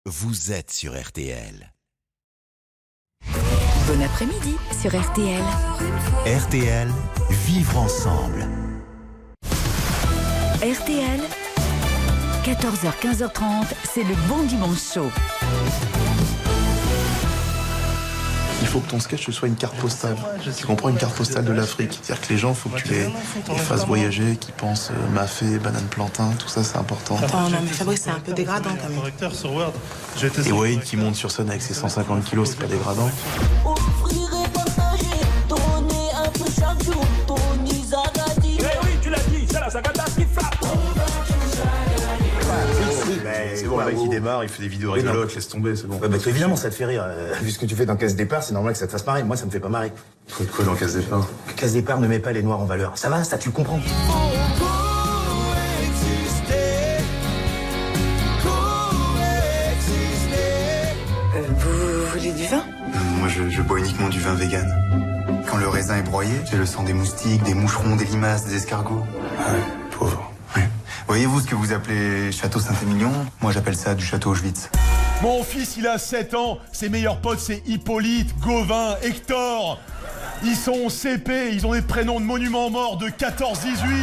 vous êtes sur RTL. Bon après-midi sur RTL. RTL, vivre ensemble. RTL, 14h-15h30, c'est le Bon Dimanche Show. Il faut que ton sketch soit une carte postale. Tu comprends, une carte postale de l'Afrique. C'est-à-dire que les gens, il faut que tu les fasses voyager, qu'ils pensent mafé, banane plantain, tout ça, c'est important. Attends, non mais Fabrice, c'est un peu dégradant quand même. Et Wade qui monte sur scène avec ses 150 kilos, c'est pas dégradant. C'est bon, le mec il démarre, il fait des vidéos rigolotes, laisse tomber, c'est bon. Ouais, bah, évidemment, ça te fait rire. Vu ce que tu fais dans Casse Départ, c'est normal que ça te fasse marrer. Moi, ça me fait pas marrer. Quoi dans Casse Départ? Casse Départ ne met pas les noirs en valeur. Ça va, ça, tu le comprends. Vous voulez du vin? Moi, je bois uniquement du vin vegan. Quand le raisin est broyé, j'ai le sang des moustiques, des moucherons, des limaces, des escargots. Ah ouais, pauvre. Ouais. Voyez-vous ce que vous appelez château Saint-Émilion? Moi, j'appelle ça du château Auschwitz. Mon fils, il a 7 ans. Ses meilleurs potes, c'est Hippolyte, Gauvin, Hector. Ils sont au CP, ils ont des prénoms de monuments morts de 14-18.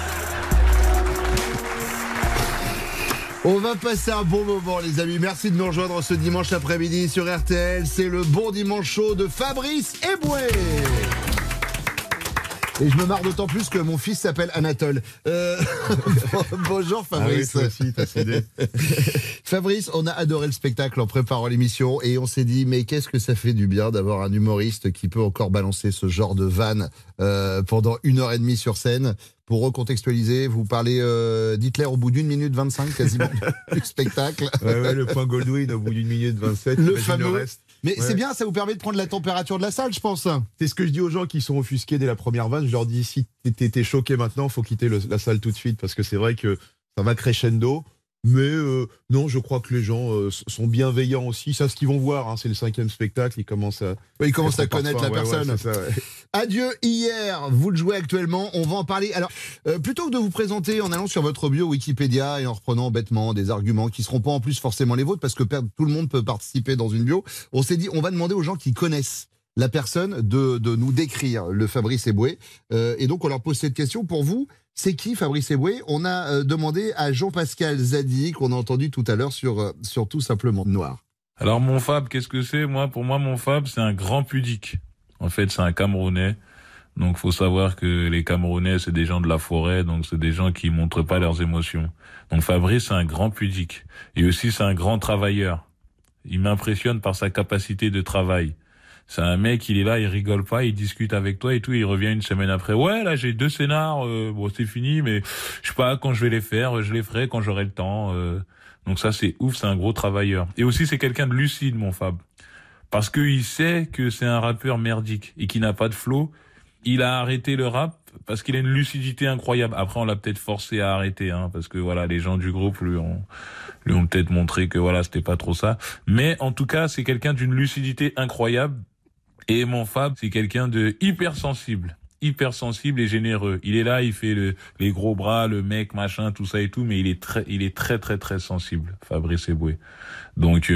On va passer un bon moment, les amis. Merci de nous rejoindre ce dimanche après-midi sur RTL. C'est le Bon Dimanche Show de Fabrice Eboué. Et je me marre d'autant plus que mon fils s'appelle Anatole. Bonjour Fabrice. Ah oui, toi aussi, t'as cédé. Fabrice, on a adoré le spectacle en préparant l'émission et on s'est dit, mais qu'est-ce que ça fait du bien d'avoir un humoriste qui peut encore balancer ce genre de vanne pendant 1h30 sur scène. Pour recontextualiser, vous parlez d'Hitler au bout d'1 minute 25 quasiment du spectacle. Ouais, le point Goldwyn au bout d'1 minute 27. Le fameux. Le reste. Mais ouais. C'est bien, ça vous permet de prendre la température de la salle, je pense. C'est ce que je dis aux gens qui sont offusqués dès la première vanne. Je leur dis, si t'es choqué maintenant, faut quitter la salle tout de suite parce que c'est vrai que ça va crescendo. Mais non, je crois que les gens sont bienveillants aussi. Ça, ce qu'ils vont voir, hein, c'est le 5e spectacle. Ils commencent à connaître la personne. Ouais, c'est ça, ouais. Adieu hier, vous le jouez actuellement, on va en parler. Alors, plutôt que de vous présenter en allant sur votre bio Wikipédia et en reprenant bêtement des arguments qui seront pas en plus forcément les vôtres, parce que tout le monde peut participer dans une bio, on s'est dit, on va demander aux gens qui connaissent la personne de nous décrire le Fabrice Eboué. Et donc, on leur pose cette question pour vous. C'est qui Fabrice Eboué? On a demandé à Jean-Pascal Zadi, qu'on a entendu tout à l'heure sur Tout Simplement Noir. Alors mon Fab, qu'est-ce que c'est? Pour moi, mon Fab, c'est un grand pudique. En fait, c'est un Camerounais. Donc, faut savoir que les Camerounais, c'est des gens de la forêt, donc c'est des gens qui montrent pas leurs émotions. Donc Fabrice, c'est un grand pudique. Et aussi, c'est un grand travailleur. Il m'impressionne par sa capacité de travail. C'est un mec, il est là, il rigole pas, il discute avec toi et tout, il revient une semaine après. Ouais, là, j'ai 2 scénars, bon, c'est fini, mais je sais pas quand je vais les faire, je les ferai quand j'aurai le temps. Donc ça, c'est ouf, c'est un gros travailleur. Et aussi, c'est quelqu'un de lucide, mon Fab. Parce qu'il sait que c'est un rappeur merdique et qu'il n'a pas de flow. Il a arrêté le rap parce qu'il a une lucidité incroyable. Après, on l'a peut-être forcé à arrêter, hein, parce que voilà, les gens du groupe lui ont peut-être montré que voilà, c'était pas trop ça. Mais en tout cas, c'est quelqu'un d'une lucidité incroyable. Et mon Fab, c'est quelqu'un de hyper sensible et généreux. Il est là, il fait les gros bras, le mec, machin, tout ça et tout, mais il est très sensible, Fabrice Eboué. Donc,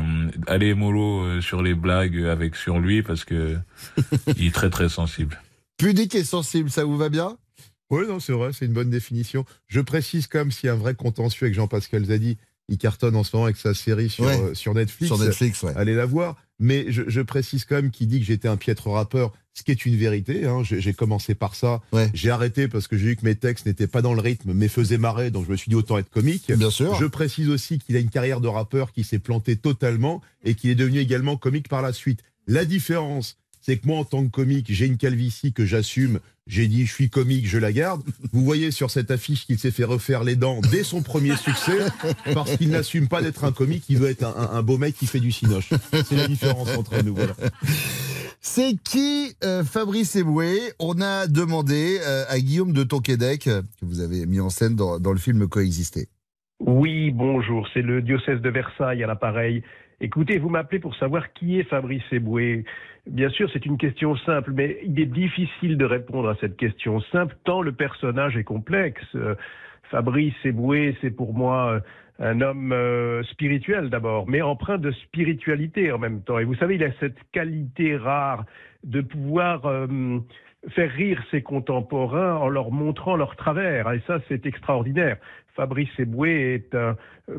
allez mollo sur les blagues sur lui parce que il est très sensible. Pudique et sensible, ça vous va bien? Oui, non, c'est vrai, c'est une bonne définition. Je précise quand même s'il y a un vrai contentieux avec Jean-Pascal Zadi. Il cartonne en ce moment avec sa série sur Netflix. Sur Netflix, ouais. Allez la voir. Mais je précise quand même qu'il dit que j'étais un piètre rappeur, ce qui est une vérité. Hein. J'ai commencé par ça. Ouais. J'ai arrêté parce que j'ai vu que mes textes n'étaient pas dans le rythme, mais faisaient marrer. Donc je me suis dit autant être comique. Bien sûr. Je précise aussi qu'il a une carrière de rappeur qui s'est plantée totalement et qu'il est devenu également comique par la suite. La différence, c'est que moi, en tant que comique, j'ai une calvitie que j'assume. J'ai dit, je suis comique, je la garde. Vous voyez sur cette affiche qu'il s'est fait refaire les dents dès son premier succès, parce qu'il n'assume pas d'être un comique, il veut être un beau mec qui fait du cinoche. C'est la différence entre nous, voilà. C'est qui Fabrice Eboué? On a demandé à Guillaume de Tonquédec, que vous avez mis en scène dans le film Coexister. Oui, bonjour, c'est le diocèse de Versailles à l'appareil. Écoutez, vous m'appelez pour savoir qui est Fabrice Eboué. Bien sûr, c'est une question simple, mais il est difficile de répondre à cette question simple, tant le personnage est complexe. Fabrice Eboué, c'est pour moi un homme spirituel d'abord, mais empreint de spiritualité en même temps. Et vous savez, il a cette qualité rare de pouvoir faire rire ses contemporains en leur montrant leur travers. Et ça, c'est extraordinaire. Fabrice Eboué est un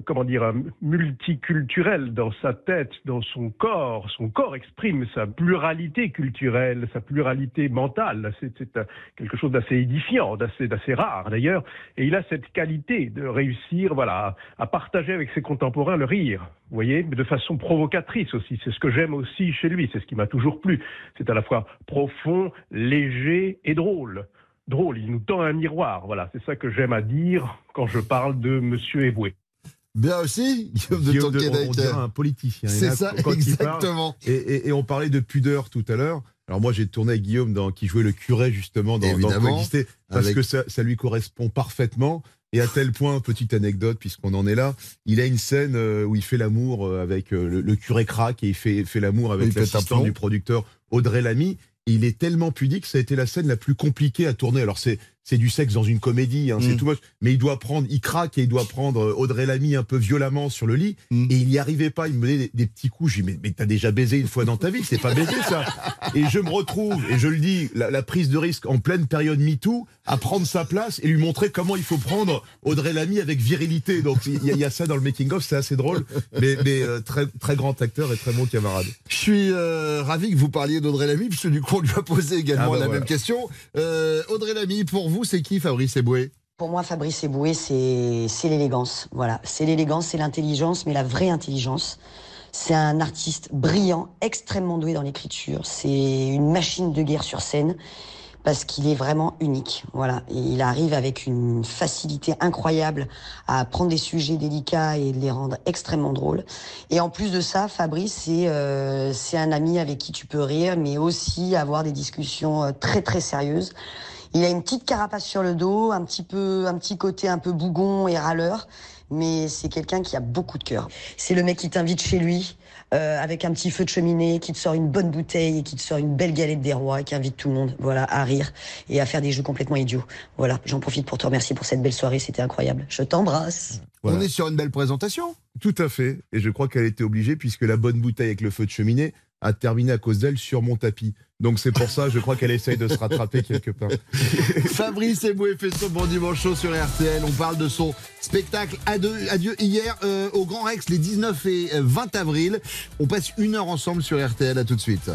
multiculturel dans sa tête, dans son corps. Son corps exprime sa pluralité culturelle, sa pluralité mentale. C'est quelque chose d'assez édifiant, d'assez rare d'ailleurs. Et il a cette qualité de réussir, voilà, à partager avec ses contemporains le rire. Vous voyez, mais de façon provocatrice aussi. C'est ce que j'aime aussi chez lui. C'est ce qui m'a toujours plu. C'est à la fois profond, léger et drôle. Drôle, il nous tend un miroir. Voilà, c'est ça que j'aime à dire quand je parle de Monsieur Eboué. Bien aussi, Guillaume de Guillaume Tonquédec. on dirait un politicien. C'est Là, ça, quand il exactement. parle, et on parlait de pudeur tout à l'heure. Alors moi, j'ai tourné avec Guillaume qui jouait le curé justement dans Coexister, parce que ça lui correspond parfaitement. Et à tel point, petite anecdote, puisqu'on en est là, il a une scène où il fait l'amour avec le curé Crac, et il fait l'amour avec l'assistant du producteur Audrey Lamy. Et il est tellement pudique, ça a été la scène la plus compliquée à tourner. Alors c'est du sexe dans une comédie, hein, c'est tout moche. Mais il craque et il doit prendre Audrey Lamy un peu violemment sur le lit. Et il n'y arrivait pas, il me donnait des petits coups. Je dis mais t'as déjà baisé une fois dans ta vie, c'est pas baisé ça. Et je me retrouve, et je le dis, la prise de risque en pleine période MeToo, à prendre sa place et lui montrer comment il faut prendre Audrey Lamy avec virilité. Donc il y a ça dans le making-of, c'est assez drôle, mais très, très grand acteur et très bon camarade. Je suis ravi que vous parliez d'Audrey Lamy, puisque du coup on lui a posé également la même question. Audrey Lamy, pour vous, c'est qui Fabrice Eboué ? Pour moi, Fabrice Eboué, c'est l'élégance. Voilà, c'est l'élégance, c'est l'intelligence, mais la vraie intelligence. C'est un artiste brillant, extrêmement doué dans l'écriture. C'est une machine de guerre sur scène, parce qu'il est vraiment unique. Voilà, et il arrive avec une facilité incroyable à prendre des sujets délicats et de les rendre extrêmement drôles. Et en plus de ça, Fabrice, c'est un ami avec qui tu peux rire, mais aussi avoir des discussions très très sérieuses. Il a une petite carapace sur le dos, un petit côté un peu bougon et râleur, mais c'est quelqu'un qui a beaucoup de cœur. C'est le mec qui t'invite chez lui, avec un petit feu de cheminée, qui te sort une bonne bouteille et qui te sort une belle galette des rois et qui invite tout le monde, voilà, à rire et à faire des jeux complètement idiots. Voilà, j'en profite pour te remercier pour cette belle soirée, c'était incroyable. Je t'embrasse. Voilà. On est sur une belle présentation. Tout à fait, et je crois qu'elle était obligée, puisque la bonne bouteille avec le feu de cheminée a terminé à cause d'elle sur mon tapis. Donc c'est pour ça, je crois qu'elle essaye de se rattraper quelque part. Fabrice Eboué fait son bon dimanche chaud sur RTL. On parle de son spectacle Adieu hier au Grand Rex les 19 et 20 avril. On passe 1 heure ensemble sur RTL, à tout de suite.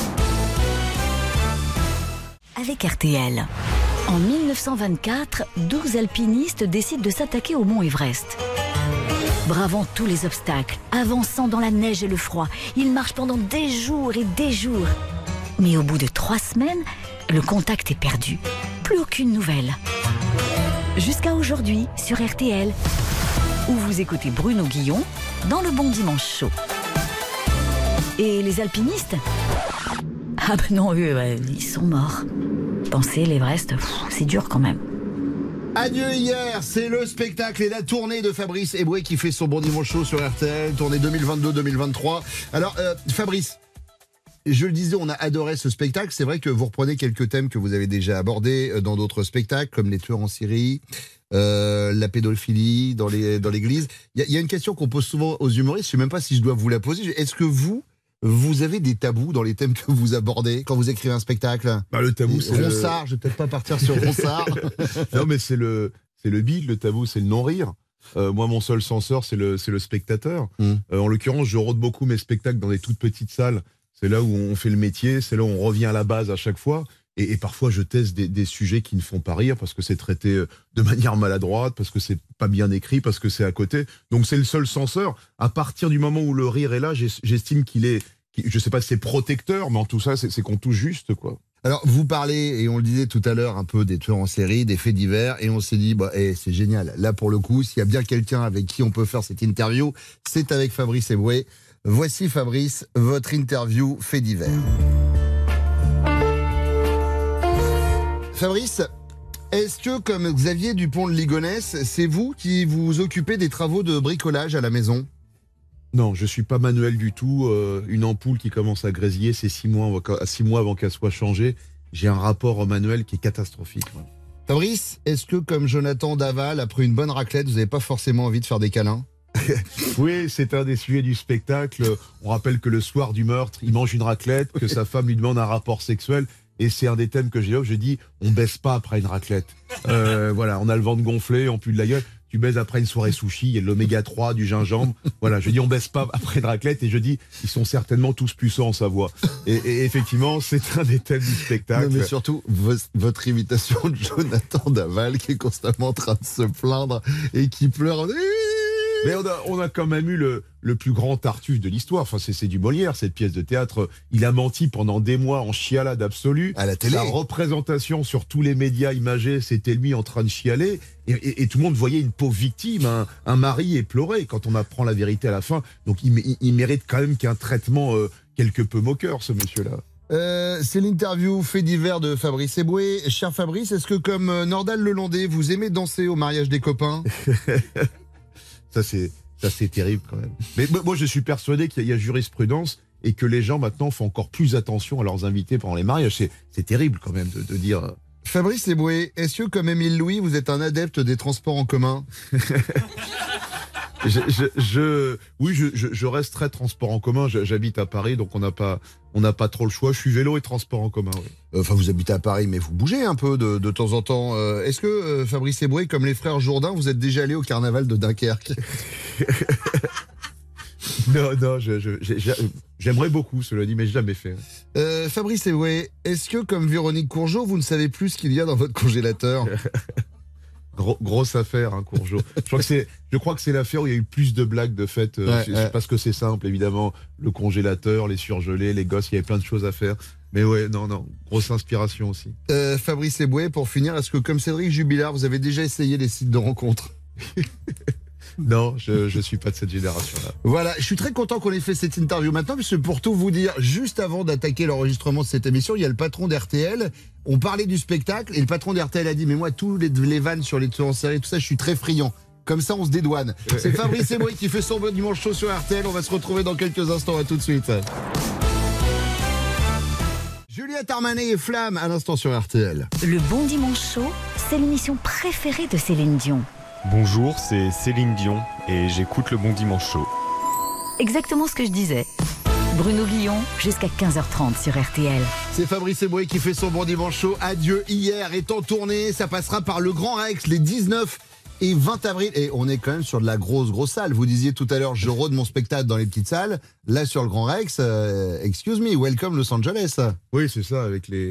Avec RTL. En 1924, 12 alpinistes décident de s'attaquer au mont Everest. Bravant tous les obstacles, avançant dans la neige et le froid, ils marchent pendant des jours et des jours. Mais au bout de 3 semaines, le contact est perdu. Plus aucune nouvelle. Jusqu'à aujourd'hui, sur RTL, où vous écoutez Bruno Guillon dans Le Bon Dimanche Chaud. Et les alpinistes ? Ah ben non, eux, ils sont morts. Penser l'Everest, c'est dur quand même. Adieu hier, c'est le spectacle et la tournée de Fabrice Eboué qui fait son bon dimanche chaud sur RTL, tournée 2022-2023. Alors Fabrice, je le disais, on a adoré ce spectacle. C'est vrai que vous reprenez quelques thèmes que vous avez déjà abordés dans d'autres spectacles, comme les tueurs en Syrie, la pédophilie dans l'église. Il y a une question qu'on pose souvent aux humoristes, je ne sais même pas si je dois vous la poser. Est-ce que vous avez des tabous dans les thèmes que vous abordez quand vous écrivez un spectacle ? Le tabou, c'est Ronsard, je vais peut-être pas partir sur Ronsard. Non, mais c'est le bide, le tabou, c'est le non-rire. Moi, mon seul censeur, c'est le spectateur. En l'occurrence, je rôde beaucoup mes spectacles dans des toutes petites salles. C'est là où on fait le métier, c'est là où on revient à la base à chaque fois. Et parfois, je teste des sujets qui ne font pas rire parce que c'est traité de manière maladroite, parce que c'est pas bien écrit, parce que c'est à côté. Donc, c'est le seul censeur. À partir du moment où le rire est là, j'estime qu'il est, je sais pas si c'est protecteur, mais en tout ça, c'est qu'on touche juste, quoi. Alors, vous parlez, et on le disait tout à l'heure, un peu des tueurs en série, des faits divers, et on s'est dit, c'est génial. Là, pour le coup, s'il y a bien quelqu'un avec qui on peut faire cette interview, c'est avec Fabrice Eboué. Voici, Fabrice, votre interview faits divers. Fabrice, est-ce que, comme Xavier Dupont de Ligonnès, c'est vous qui vous occupez des travaux de bricolage à la maison ? Non, je suis pas manuel du tout. Une ampoule qui commence à grésiller, c'est 6 mois avant qu'elle soit changée. J'ai un rapport manuel qui est catastrophique. Fabrice, est-ce que, comme Jonathan Daval, après une bonne raclette, vous n'avez pas forcément envie de faire des câlins ? Oui, c'est un des sujets du spectacle. On rappelle que le soir du meurtre, il mange une raclette, que sa femme lui demande un rapport sexuel. Et c'est un des thèmes que j'ai là où je dis, on baisse pas après une raclette. Voilà, on a le ventre gonflé, on pue de la gueule. Tu baises après une soirée sushi, il y a de l'oméga 3, du gingembre. Voilà, je dis on baisse pas après une raclette et je dis ils sont certainement tous puissants en Savoie. Et effectivement, c'est un des thèmes du spectacle. Non, mais surtout, votre imitation de Jonathan Daval qui est constamment en train de se plaindre et qui pleure. Mais on a quand même eu le plus grand Tartuffe de l'histoire. Enfin, c'est du Molière, cette pièce de théâtre. Il a menti pendant des mois en chialade absolue. À la télé. La représentation sur tous les médias imagés, c'était lui en train de chialer. Et tout le monde voyait une pauvre victime, un mari éploré quand on apprend la vérité à la fin. Donc il mérite quand même qu'un traitement quelque peu moqueur, ce monsieur-là. C'est l'interview fait divers de Fabrice Eboué. Cher Fabrice, est-ce que comme Nordal Lelandais, vous aimez danser au mariage des copains? Ça, c'est terrible quand même. Mais moi, je suis persuadé qu'il y a jurisprudence et que les gens maintenant font encore plus attention à leurs invités pendant les mariages. C'est terrible quand même de dire... Fabrice Eboué, est-ce que comme Émile Louis, vous êtes un adepte des transports en commun? Oui, je reste très transport en commun. J'habite à Paris, donc on n'a pas trop le choix. Je suis vélo et transport en commun. Oui. Enfin, vous habitez à Paris, mais vous bougez un peu de temps en temps. Est-ce que Fabrice Eboué, comme les frères Jourdain, vous êtes déjà allé au carnaval de Dunkerque? Non, j'aimerais beaucoup, cela dit, mais jamais fait. Fabrice Eboué, est-ce que comme Véronique Courgeot, vous ne savez plus ce qu'il y a dans votre congélateur? Grosse affaire, hein, Courgeot. Je crois que c'est l'affaire où il y a eu plus de blagues de fait. Parce que c'est simple, évidemment. Le congélateur, les surgelés, les gosses, il y avait plein de choses à faire. Mais ouais, non, grosse inspiration aussi. Fabrice Eboué, pour finir, est-ce que comme Cédric Jubilard, vous avez déjà essayé les sites de rencontres? Non, je suis pas de cette génération-là. Voilà, je suis très content qu'on ait fait cette interview maintenant, puisque pour tout vous dire, juste avant d'attaquer l'enregistrement de cette émission, il y a le patron d'RTL. On parlait du spectacle et le patron d'RTL a dit, mais moi, tous les vannes sur les tueurs en série, tout ça, je suis très friand. Comme ça, on se dédouane. C'est Fabrice Eboué qui fait son bon dimanche chaud sur RTL. On va se retrouver dans quelques instants. À tout de suite. Juliette Armanet et Flamme à l'instant sur RTL. Le bon dimanche chaud, c'est l'émission préférée de Céline Dion. Bonjour, c'est Céline Dion et j'écoute le bon dimanche chaud. Exactement ce que je disais. Bruno Guillon, jusqu'à 15h30 sur RTL. C'est Fabrice Eboué qui fait son bon dimanche chaud. Adieu hier est en tournée. Ça passera par le Grand Rex les 19 et 20 avril. Et on est quand même sur de la grosse salle. Vous disiez tout à l'heure, je rôde mon spectacle dans les petites salles. Là, sur le Grand Rex, excuse me, welcome Los Angeles. Oui, c'est ça,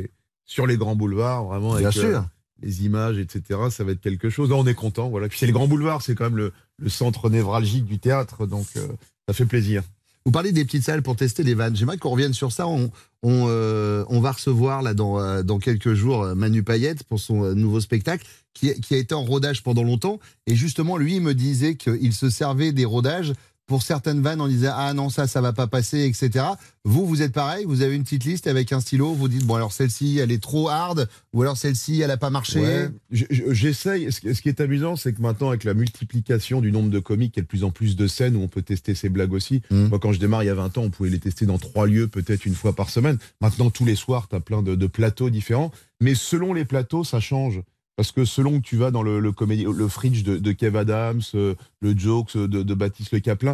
sur les grands boulevards, vraiment. Avec, bien sûr. Les images, etc. Ça va être quelque chose. Là, on est content, voilà. Puis c'est le Grand Boulevard, c'est quand même le centre névralgique du théâtre, donc ça fait plaisir. Vous parlez des petites salles pour tester les vannes. J'aimerais qu'on revienne sur ça. On va recevoir là dans quelques jours Manu Payette pour son nouveau spectacle qui a été en rodage pendant longtemps. Et justement, lui, il me disait qu'il se servait des rodages pour certaines vannes, on disait ah non, ça va pas passer, etc. Vous êtes pareil, vous avez une petite liste avec un stylo, vous dites bon alors celle-ci elle est trop hard, ou alors celle-ci elle a pas marché. Ouais, j'essaye. Ce qui est amusant, c'est que maintenant avec la multiplication du nombre de comiques, il y a de plus en plus de scènes où on peut tester ses blagues aussi. Moi quand je démarre il y a 20 ans, on pouvait les tester dans 3 lieux, peut-être une fois par semaine. Maintenant tous les soirs, tu as plein de plateaux différents, mais selon les plateaux, ça change. Parce que selon que tu vas dans le Fringe de Kev Adams, le Jokes de Baptiste Le Caplin,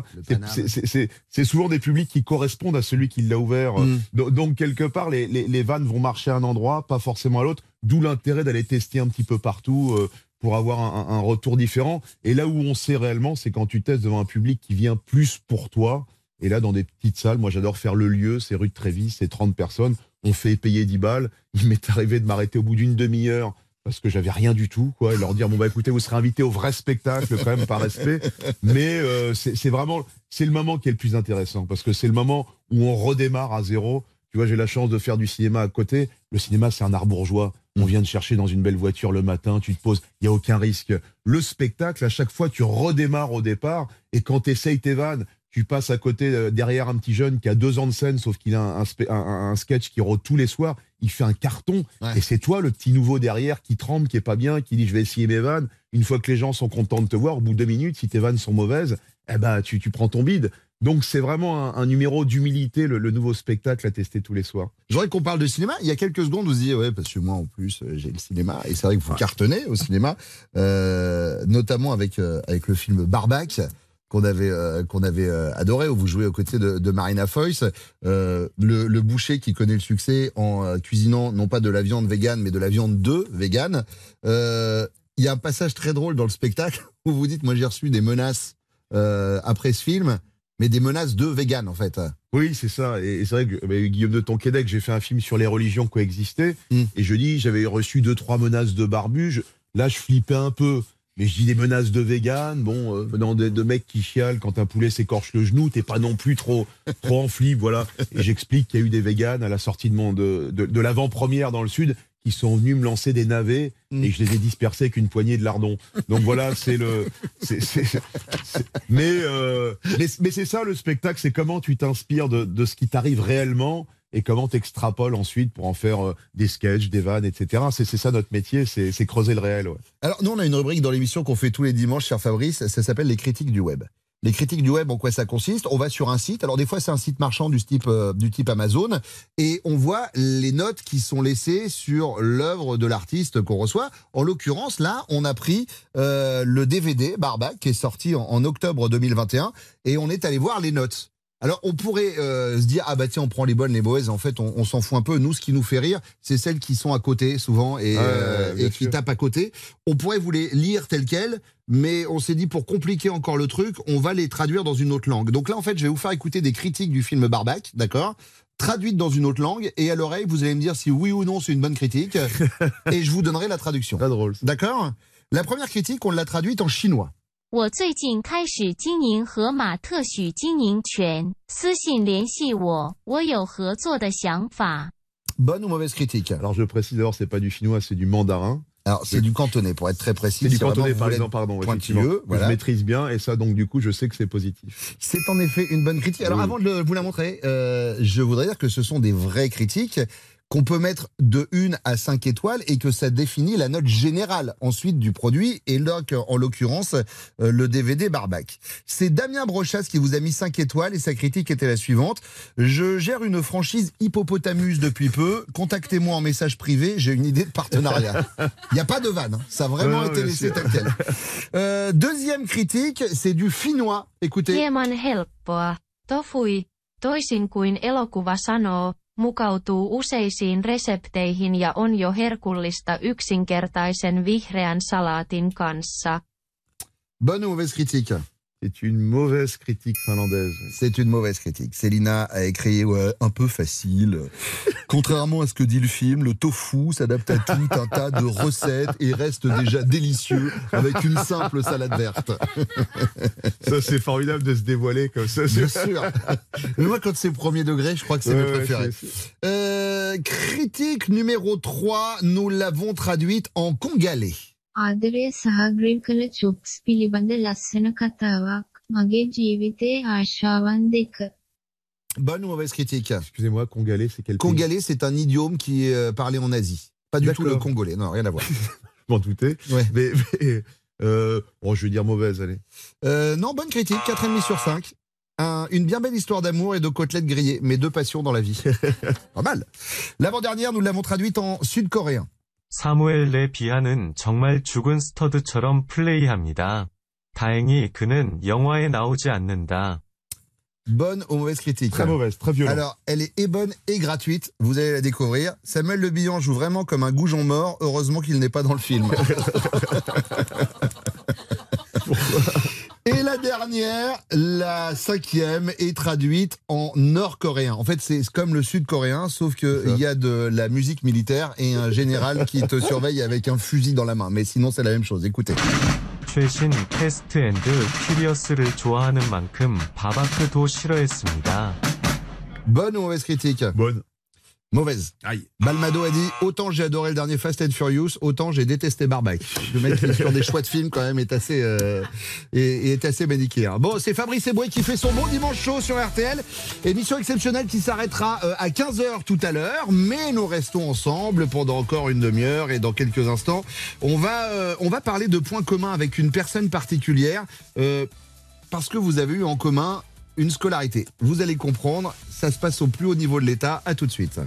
c'est souvent des publics qui correspondent à celui qui l'a ouvert. Donc, quelque part, les vannes vont marcher à un endroit, pas forcément à l'autre, d'où l'intérêt d'aller tester un petit peu partout pour avoir un retour différent. Et là où on sait réellement, c'est quand tu testes devant un public qui vient plus pour toi. Et là, dans des petites salles, moi j'adore faire le lieu, c'est rue de Trévis, c'est 30 personnes, on fait payer 10 balles. Il m'est arrivé de m'arrêter au bout d'une demi-heure parce que j'avais rien du tout, quoi, et leur dire bon bah écoutez, vous serez invité au vrai spectacle quand même par respect, mais c'est vraiment le moment qui est le plus intéressant parce que c'est le moment où on redémarre à zéro. Tu vois, j'ai la chance de faire du cinéma à côté. Le cinéma, c'est un art bourgeois. On vient de chercher dans une belle voiture le matin, tu te poses, il n'y a aucun risque. Le spectacle, à chaque fois, tu redémarres au départ et quand tu essayes tes vannes, tu passes à côté, derrière un petit jeune qui a 2 ans de scène, sauf qu'il a un sketch qui rôde tous les soirs, il fait un carton, et c'est toi, le petit nouveau derrière, qui tremble, qui est pas bien, qui dit je vais essayer mes vannes. Une fois que les gens sont contents de te voir, au bout de 2 minutes, si tes vannes sont mauvaises, eh ben, tu prends ton bide. Donc c'est vraiment un numéro d'humilité, le nouveau spectacle à tester tous les soirs. Je voudrais qu'on parle de cinéma. Il y a quelques secondes, vous disiez, ouais, parce que moi en plus, j'ai le cinéma, et c'est vrai que vous cartonnez au cinéma, notamment avec le film Barbac. qu'on avait adoré, où vous jouez aux côtés de Marina Foïs, le boucher qui connaît le succès en cuisinant non pas de la viande végane, mais de la viande de végane. Il y a un passage très drôle dans le spectacle où vous dites, moi j'ai reçu des menaces après ce film, mais des menaces de vegan en fait. Oui, c'est ça. Et c'est vrai que Guillaume de Tonquédec, j'ai fait un film sur les religions coexistaient, et je dis, j'avais reçu 2-3 menaces de barbu. Là, je flippais un peu. Mais je dis des menaces de vegan, venant de mecs qui chialent quand un poulet s'écorche le genou, t'es pas non plus trop en flip, voilà. Et j'explique qu'il y a eu des véganes à la sortie de l'avant-première dans le Sud qui sont venus me lancer des navets et je les ai dispersés avec une poignée de lardons. Donc voilà, mais c'est ça le spectacle, c'est comment tu t'inspires de ce qui t'arrive réellement et comment t'extrapoles ensuite pour en faire des sketchs, des vannes, etc. C'est ça notre métier, c'est creuser le réel. Ouais. Alors nous on a une rubrique dans l'émission qu'on fait tous les dimanches, cher Fabrice, ça s'appelle les critiques du web. Les critiques du web, en quoi ça consiste? On va sur un site, alors des fois c'est un site marchand du type Amazon, et on voit les notes qui sont laissées sur l'œuvre de l'artiste qu'on reçoit. En l'occurrence, là, on a pris le DVD Barbac qui est sorti en octobre 2021, et on est allé voir les notes. Alors on pourrait se dire, ah bah tiens, on prend les bonnes, les mauvaises, en fait on s'en fout un peu. Nous, ce qui nous fait rire, c'est celles qui sont à côté souvent et qui tapent à côté. On pourrait vous les lire telles quelles, mais on s'est dit, pour compliquer encore le truc, on va les traduire dans une autre langue. Donc là, en fait, je vais vous faire écouter des critiques du film Barbac, d'accord, traduites dans une autre langue, et à l'oreille, vous allez me dire si oui ou non c'est une bonne critique, et je vous donnerai la traduction. Pas drôle. D'accord? La première critique, on l'a traduite en chinois. 我最近开始经营河马特许经营权，私信联系我，我有合作的想法。 Bonne ou mauvaise critique? Alors je précise d'abord, c'est pas du chinois, c'est du mandarin. Alors c'est du cantonais pour être très précis. C'est du cantonais par exemple, pardon. Pointilleux, voilà. Je maîtrise bien et ça donc du coup je sais que c'est positif. C'est en effet une bonne critique. Alors avant de vous la montrer, je voudrais dire que ce sont des vraies critiques qu'on peut mettre de 1 à 5 étoiles et que ça définit la note générale ensuite du produit, et donc en l'occurrence le DVD Barbac. C'est Damien Brochas qui vous a mis 5 étoiles et sa critique était la suivante: je gère une franchise Hippopotamus depuis peu, contactez-moi en message privé, j'ai une idée de partenariat. Il n'y a pas de vanne, ça a vraiment été laissé tel quel. Deuxième critique, c'est du finnois, écoutez. Hieman helppoa, tofui, toisin kuin elokuva sanoo, mukautuu useisiin resepteihin ja on jo herkullista yksinkertaisen vihreän salaatin kanssa. Bonne ou mauvaise critique? C'est une mauvaise critique finlandaise. C'est une mauvaise critique. Célina a écrit un peu facile. Contrairement à ce que dit le film, le tofu s'adapte à tout un tas de recettes et reste déjà délicieux avec une simple salade verte. Ça, c'est formidable de se dévoiler comme ça. Bien sûr. Mais moi, quand c'est premier degré, je crois que c'est mes préférés. Critique numéro 3, nous l'avons traduite en congolais. ආදරය සහ ග්‍රීකල චුප්ස් පිළිබඳ ලස්සන කතාවක්. මගේ ජීවිතයේ ආශාවන් දෙක. Bonne ou mauvaise critique? Excusez-moi, congolais, c'est quel pays? Congolais, c'est un idiome qui est parlé en Asie. Pas du tout le congolais, non, rien à voir. Je m'en doutais. Ouais. Mais je vais dire mauvaise, allez. Non, bonne critique, 4,5 sur 5. Une bien belle histoire d'amour et de côtelettes grillées, mes deux passions dans la vie. Pas mal. L'avant-dernière, nous l'avons traduite en sud-coréen. 사무엘 레 비아는 정말 죽은 스터드처럼 플레이합니다. 다행히 그는 영화에 나오지 않는다. Bonne ou mauvaise critique? Très mauvaise, très violente. Alors, elle est bonne et gratuite, vous allez la découvrir. Samuel Le Bihan joue vraiment comme un goujon mort, heureusement qu'il n'est pas dans le film. Et la dernière, la 5e, est traduite en nord-coréen. En fait, c'est comme le sud-coréen, sauf qu'il y a de la musique militaire et un général qui te surveille avec un fusil dans la main. Mais sinon, c'est la même chose. Écoutez. 최신 패스트 앤드 퓨리어스를 좋아하는 만큼 바바크도 싫어했습니다. Bonne ou mauvaise critique? Bonne. Mauvaise. Aïe. Balmado a dit, autant j'ai adoré le dernier Fast and Furious, autant j'ai détesté Barbac. Le mec qui est sur des choix de films quand même est assez manichéen. Bon, c'est Fabrice Eboué qui fait son bon dimanche chaud sur RTL. Émission exceptionnelle qui s'arrêtera à 15h tout à l'heure, mais nous restons ensemble pendant encore une demi-heure et dans quelques instants, on va parler de points communs avec une personne particulière parce que vous avez eu en commun une scolarité. Vous allez comprendre, ça se passe au plus haut niveau de l'État. À tout de suite.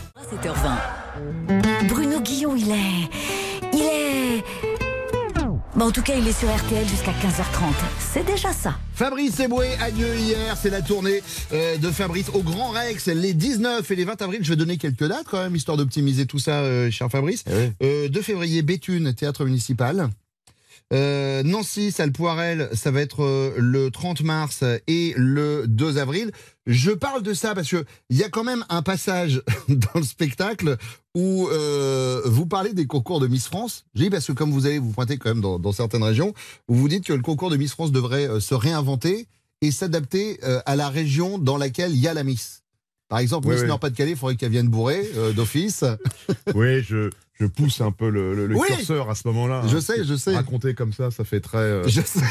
7h20. Bruno Guillon, il est... Bah, en tout cas, il est sur RTL jusqu'à 15h30. C'est déjà ça. Fabrice Eboué, adieu hier, c'est la tournée de Fabrice au Grand Rex, les 19 et les 20 avril. Je vais donner quelques dates quand même, histoire d'optimiser tout ça, cher Fabrice. 2 février, Béthune, théâtre municipal. Nancy, salle Poirel, ça va être le 30 mars et le 2 avril. Je parle de ça parce que il y a quand même un passage dans le spectacle où vous parlez des concours de Miss France. Je dis parce que comme vous allez vous pointer quand même dans certaines régions, où vous dites que le concours de Miss France devrait se réinventer et s'adapter à la région dans laquelle il y a la Miss. Par exemple, Miss Nord-Pas-de-Calais, il faudrait qu'elle vienne bourrée d'office. Oui, je pousse un peu le curseur à ce moment-là. Je sais. Raconter comme ça, ça fait très... Je sais.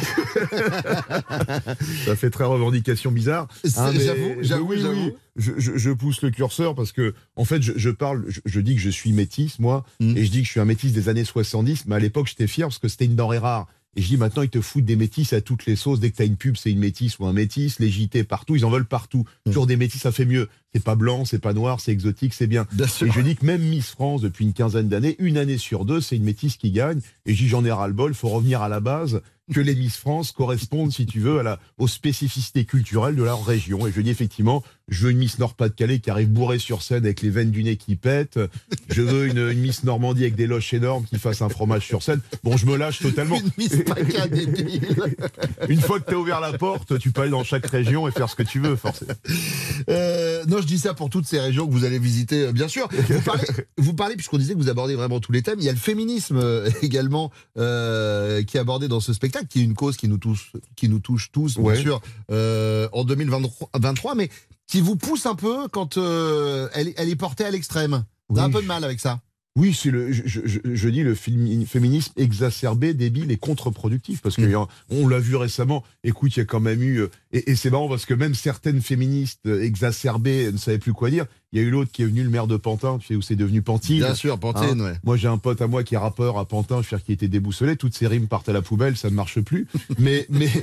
Ça fait très revendication bizarre. J'avoue. Je pousse le curseur parce que, en fait, je dis que je suis métis, moi, et je dis que je suis un métis des années 70, mais à l'époque, j'étais fier parce que c'était une denrée rare. Et je dis maintenant, ils te foutent des métis à toutes les sauces. Dès que tu as une pub, c'est une métisse ou un métis. Les JT partout, ils en veulent partout. Toujours des métis, ça fait mieux. C'est pas blanc, c'est pas noir, c'est exotique, c'est bien. Et je dis que même Miss France, depuis une quinzaine d'années, une année sur 2, c'est une métisse qui gagne. Et je dis, j'en ai ras-le-bol, faut revenir à la base, que les Miss France correspondent, si tu veux, aux spécificités culturelles de leur région. Et je dis effectivement, je veux une Miss Nord-Pas-de-Calais qui arrive bourrée sur scène avec les veines du nez qui pètent. Je veux une Miss Normandie avec des loches énormes qui fasse un fromage sur scène. Bon, je me lâche totalement. Une Miss PACA débile. Une fois que tu as ouvert la porte, tu peux aller dans chaque région et faire ce que tu veux, forcément. Non, je dis ça pour toutes ces régions que vous allez visiter, bien sûr. Vous parlez, puisqu'on disait que vous abordez vraiment tous les thèmes, il y a le féminisme également qui est abordé dans ce spectacle, qui est une cause qui nous touche tous, bien sûr, en 2023, mais qui vous pousse un peu quand elle est portée à l'extrême. Vous avez un peu de mal avec ça. Oui, c'est je dis le féminisme exacerbé, débile et contre-productif, parce que on l'a vu récemment. Écoute, il y a quand même eu et c'est marrant parce que même certaines féministes exacerbées ne savaient plus quoi dire. Il y a eu l'autre qui est venu, le maire de Pantin, tu sais où c'est devenu Pantine. Bien sûr, Pantine, ouais. Moi, j'ai un pote à moi qui est rappeur à Pantin, je veux dire, qui était déboussolé. Toutes ses rimes partent à la poubelle, ça ne marche plus. Mais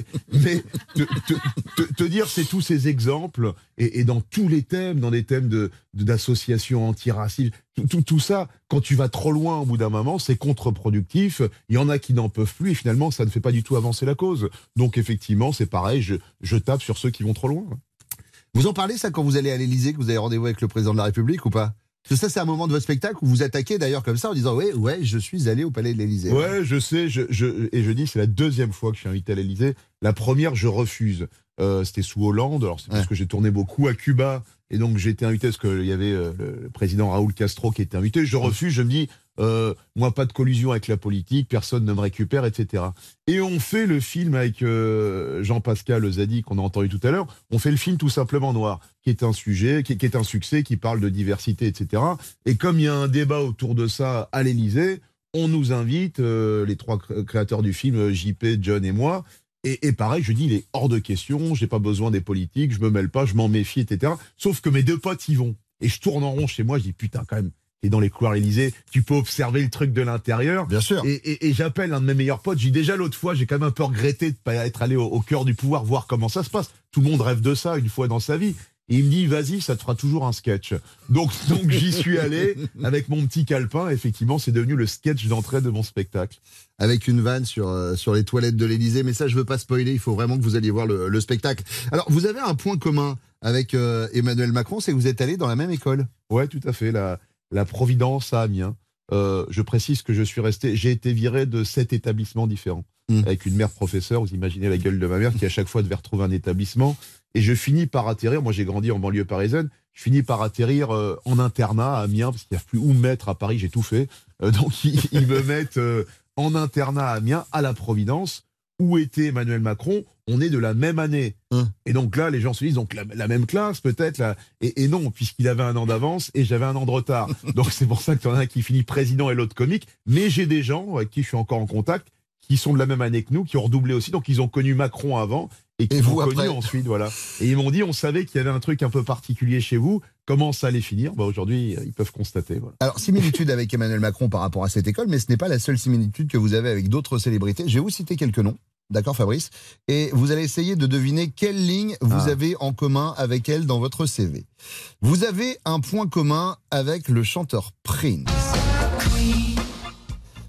te dire, c'est tous ces exemples, et dans tous les thèmes, dans des thèmes d'associations antiracistes, tout ça, quand tu vas trop loin au bout d'un moment, c'est contre-productif. Il y en a qui n'en peuvent plus, et finalement, ça ne fait pas du tout avancer la cause. Donc, effectivement, c'est pareil, je tape sur ceux qui vont trop loin. Vous en parlez, ça, quand vous allez à l'Élysée, que vous avez rendez-vous avec le président de la République ou pas? Parce que ça, c'est un moment de votre spectacle où vous attaquez d'ailleurs comme ça en disant ouais, je suis allé au palais de l'Élysée. Ouais, je sais, et je dis, c'est la deuxième fois que je suis invité à l'Élysée. La première, je refuse. C'était sous Hollande, alors c'est parce que j'ai tourné beaucoup à Cuba, et donc j'ai été invité parce qu'il y avait le président Raúl Castro qui était invité. Je refuse, je me dis, moi, pas de collusion avec la politique, personne ne me récupère, etc. Et on fait le film avec Jean-Pascal Zadi, qu'on a entendu tout à l'heure. On fait le film Tout simplement noir, qui est un sujet, qui est un succès, qui parle de diversité, etc. Et comme il y a un débat autour de ça à l'Élysée, on nous invite, les trois créateurs du film, JP, John et moi. Et pareil, je dis, il est hors de question, j'ai pas besoin des politiques, je me mêle pas, je m'en méfie, etc. Sauf que mes deux potes y vont. Et je tourne en rond chez moi, je dis, putain, quand même, t'es dans les couloirs l'Élysée, tu peux observer le truc de l'intérieur. Bien sûr. Et j'appelle un de mes meilleurs potes, j'ai dit, déjà l'autre fois, j'ai quand même un peu regretté de pas être allé au cœur du pouvoir, voir comment ça se passe. Tout le monde rêve de ça une fois dans sa vie. Et il me dit, vas-y, ça te fera toujours un sketch. Donc j'y suis allé avec mon petit calepin. Effectivement, c'est devenu le sketch d'entrée de mon spectacle. Avec une vanne sur les toilettes de l'Élysée. Mais ça, je veux pas spoiler. Il faut vraiment que vous alliez voir le spectacle. Alors, vous avez un point commun avec Emmanuel Macron, c'est que vous êtes allé dans la même école. Ouais, tout à fait. La Providence à Amiens. Je précise que j'ai été viré de 7 établissements différents. Avec une mère professeure, vous imaginez la gueule de ma mère qui à chaque fois devait retrouver un établissement. Et je finis par atterrir, moi j'ai grandi en banlieue parisienne, je finis par atterrir en internat à Amiens, parce qu'il n'y a plus où me mettre à Paris, j'ai tout fait. Donc ils me mettent en internat à Amiens, à la Providence, où était Emmanuel Macron. On est de la même année. Et donc là, les gens se disent, donc la même classe peut-être, là. Et non, puisqu'il avait un an d'avance et j'avais un an de retard. Donc c'est pour ça que tu en as un qui finit président et l'autre comique. Mais j'ai des gens avec qui je suis encore en contact, qui sont de la même année que nous, qui ont redoublé aussi, donc ils ont connu Macron avant, et qui m'ont connu ensuite, voilà. Et ils m'ont dit, on savait qu'il y avait un truc un peu particulier chez vous, comment ça allait finir? Aujourd'hui, ils peuvent constater, voilà. Alors, similitude avec Emmanuel Macron par rapport à cette école, mais ce n'est pas la seule similitude que vous avez avec d'autres célébrités. Je vais vous citer quelques noms, d'accord Fabrice? Et vous allez essayer de deviner quelle ligne vous avez en commun avec elle dans votre CV. Vous avez un point commun avec le chanteur Prince.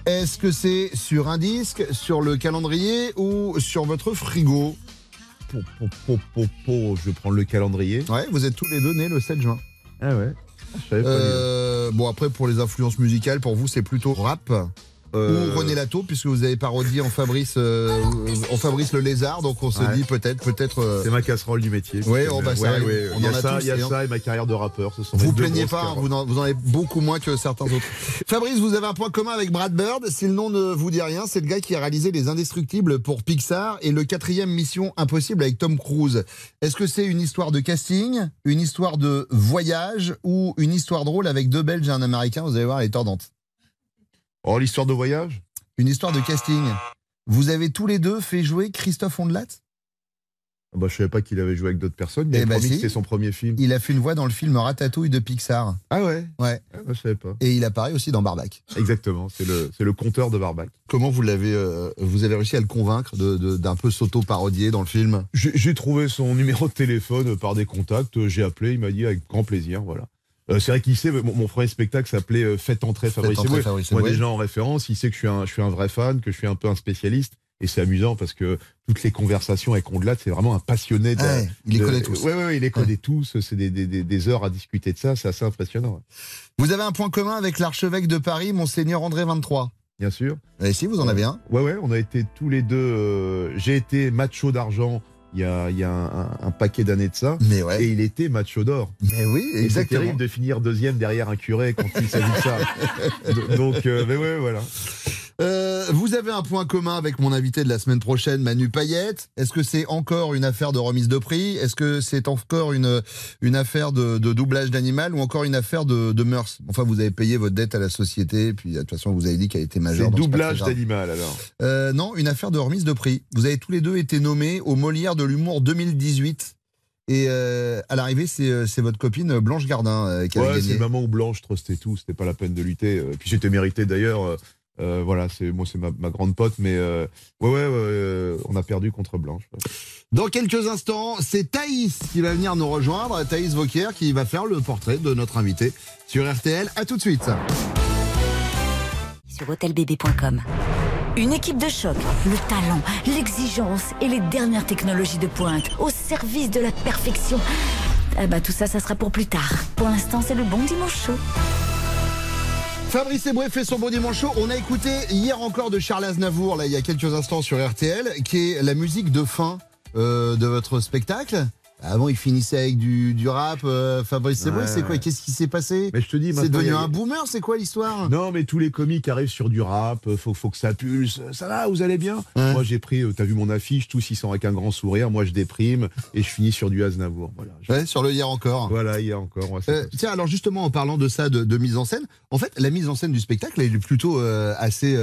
Est-ce que c'est sur un disque, sur le calendrier ou sur votre frigo? Je vais prendre le calendrier. Ouais, vous êtes tous les deux nés le 7 juin. Ah ouais. Je savais pas Bon, après, pour les influences musicales, pour vous, c'est plutôt rap ou René Lato, puisque vous avez parodié en Fabrice le Lézard, donc on se dit peut-être. C'est ma casserole du métier. Ouais, on arrive. On Il y en a a ça, tous, il y a et ça et ma carrière de rappeur. Ce sont Vous mes deux plaignez grosses pas, carottes. vous en avez beaucoup moins que certains autres. Fabrice, vous avez un point commun avec Brad Bird. Si le nom ne vous dit rien, c'est le gars qui a réalisé Les Indestructibles pour Pixar et le 4e Mission Impossible avec Tom Cruise. Est-ce que c'est une histoire de casting, une histoire de voyage ou une histoire drôle avec 2 Belges et un Américain? Vous allez voir, elle est tordante. Oh, l'histoire de voyage? Une histoire de casting. Vous avez tous les deux fait jouer Christophe Ondelat? Bah, je savais pas qu'il avait joué avec d'autres personnes. Il a promis que c'était son premier film. Il a fait une voix dans le film Ratatouille de Pixar. Ah ouais? Ouais. Ah, bah, je savais pas. Et il apparaît aussi dans Barbac. Exactement, c'est le conteur de Barbac. Comment vous avez réussi à le convaincre d'un peu s'auto-parodier dans le film? J'ai trouvé son numéro de téléphone par des contacts, j'ai appelé, il m'a dit avec grand plaisir, voilà. C'est vrai qu'il sait, mon premier spectacle s'appelait Faites entrer Fabrice Eboué. Moi déjà en référence, il sait que je suis un vrai fan, que je suis un peu un spécialiste. Et c'est amusant parce que toutes les conversations avec Ondelat, c'est vraiment un passionné. Il les connaît tous. Oui, il les connaît tous. C'est des heures à discuter de ça. C'est assez impressionnant. Vous avez un point commun avec l'archevêque de Paris, Monseigneur André 23. Bien sûr. Et si, vous en avez un? Ouais, on a été tous les deux. J'ai été macho d'argent il y a un paquet d'années de ça. Mais ouais. Et il était macho d'or. Mais oui, exactement. Et c'est terrible de finir 2e derrière un curé quand il s'agit de ça. Donc, mais ouais, voilà. Vous avez un point commun avec mon invité de la semaine prochaine, Manu Payette. Est-ce que c'est encore une affaire de remise de prix? Est-ce que c'est encore une affaire de doublage d'animal ou encore une affaire de mœurs? Enfin, vous avez payé votre dette à la société, puis de toute façon, vous avez dit qu'elle était majeure. C'est doublage d'animal, alors? Non, une affaire de remise de prix. Vous avez tous les deux été nommés au Molière de l'humour 2018. Et à l'arrivée, c'est votre copine Blanche Gardin qui avait gagné. C'est Maman ou Blanche, trustait tout, c'était pas la peine de lutter. Puis j'étais mérité d'ailleurs. Voilà, c'est ma grande pote, mais on a perdu contre Blanche. Ouais. Dans quelques instants, c'est Thaïs qui va venir nous rejoindre, Thaïs Vauquier, qui va faire le portrait de notre invité sur RTL. À tout de suite. Sur hotelbb.com. Une équipe de choc, le talent, l'exigence et les dernières technologies de pointe au service de la perfection. Tout ça sera pour plus tard. Pour l'instant, c'est le Bon Dimanche Show. Fabrice Eboué fait son Bon Dimanche Show. On a écouté hier encore de Charles Aznavour, là, il y a quelques instants sur RTL, qui est la musique de fin de votre spectacle. Avant, il finissait avec du rap. Fabrice Eboué, c'est quoi? Qu'est-ce qui s'est passé? Mais je te dis, c'est devenu un boomer, c'est quoi l'histoire? Non, mais tous les comiques arrivent sur du rap, faut que ça pulse. Ça va, vous allez bien? Moi, j'ai pris, t'as vu mon affiche, tous ils sont avec un grand sourire. Moi, je déprime et je finis sur du Aznavour. Voilà. Ouais, sur le hier encore. Voilà, hier encore. Tiens, alors justement, en parlant de ça, de mise en scène, en fait, la mise en scène du spectacle, elle est plutôt assez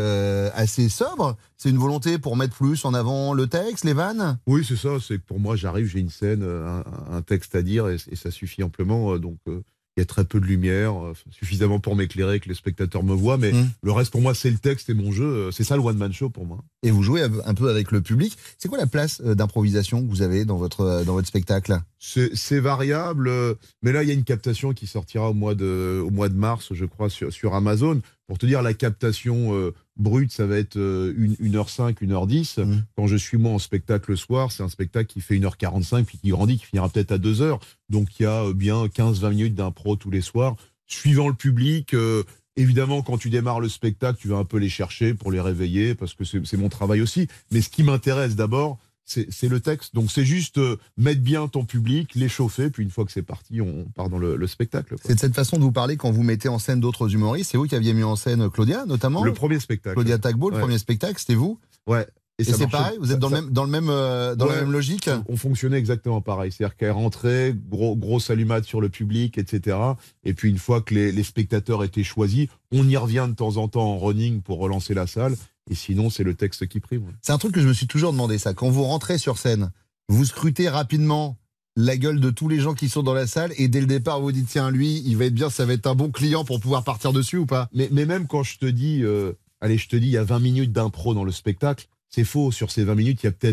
sobre. C'est une volonté pour mettre plus en avant le texte, les vannes? Oui, c'est ça. C'est que pour moi, j'arrive, j'ai une scène, un texte à dire et ça suffit amplement. Donc, il y a très peu de lumière, suffisamment pour m'éclairer que les spectateurs me voient. Mais le reste, pour moi, c'est le texte et mon jeu. C'est ça le one-man show pour moi. Et vous jouez un peu avec le public. C'est quoi la place d'improvisation que vous avez dans votre spectacle? C'est variable. Mais là, il y a une captation qui sortira au mois de mars, je crois, sur Amazon. Pour te dire, la captation brute, ça va être 1h05, 1h10. Quand je suis moi en spectacle le soir, c'est un spectacle qui fait 1h45, puis qui grandit, qui finira peut-être à 2h. Donc il y a bien 15-20 minutes d'impro tous les soirs, suivant le public. Évidemment, quand tu démarres le spectacle, tu vas un peu les chercher pour les réveiller, parce que c'est mon travail aussi. Mais ce qui m'intéresse d'abord, c'est le texte. Donc c'est juste mettre bien ton public, l'échauffer, puis une fois que c'est parti, on part dans le spectacle. C'est de cette façon de vous parler quand vous mettez en scène d'autres humoristes. C'est vous qui aviez mis en scène Claudia, notamment? Le premier spectacle. Claudia Tagbo, le premier spectacle, c'était vous? Ouais. Et c'est pareil, vous êtes dans la même logique? On fonctionnait exactement pareil. C'est-à-dire qu'elle rentrait, grosse allumade sur le public, etc. Et puis une fois que les spectateurs étaient choisis, on y revient de temps en temps en running pour relancer la salle. Et sinon, c'est le texte qui prime. C'est un truc que je me suis toujours demandé, ça. Quand vous rentrez sur scène, vous scrutez rapidement la gueule de tous les gens qui sont dans la salle et dès le départ, vous dites, tiens, lui, il va être bien, ça va être un bon client pour pouvoir partir dessus ou pas? Mais même quand je te dis, il y a 20 minutes d'impro dans le spectacle, c'est faux. Sur ces 20 minutes, il y a peut-être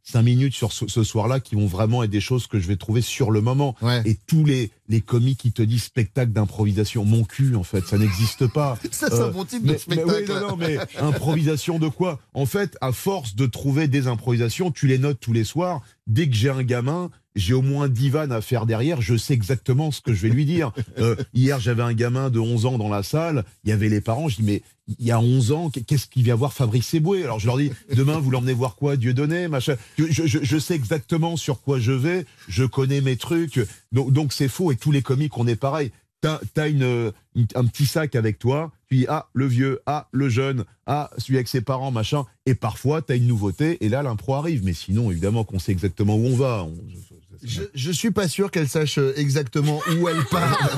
5 minutes sur ce soir-là qui vont vraiment être des choses que je vais trouver sur le moment. Et tous les comiques qui te disent spectacle d'improvisation, mon cul en fait, ça n'existe pas. Ça, c'est un bon type de spectacle. Mais improvisation de quoi? En fait, à force de trouver des improvisations, tu les notes tous les soirs. Dès que j'ai un gamin, j'ai au moins 10 vannes à faire derrière, je sais exactement ce que je vais lui dire. Hier, j'avais un gamin de 11 ans dans la salle, il y avait les parents, je dis mais il y a 11 ans, qu'est-ce qu'il vient voir Fabrice Eboué? Alors je leur dis, demain vous l'emmenez voir quoi? Dieudonné, machin. Je sais exactement sur quoi je vais, je connais mes trucs, donc c'est faux, et tous les comiques, on est pareil. T'as un petit sac avec toi, tu dis ah le vieux, ah le jeune, ah celui avec ses parents, machin, et parfois t'as une nouveauté, et là l'impro arrive, mais sinon évidemment qu'on sait exactement où on va. Je suis pas sûr qu'elle sache exactement où elle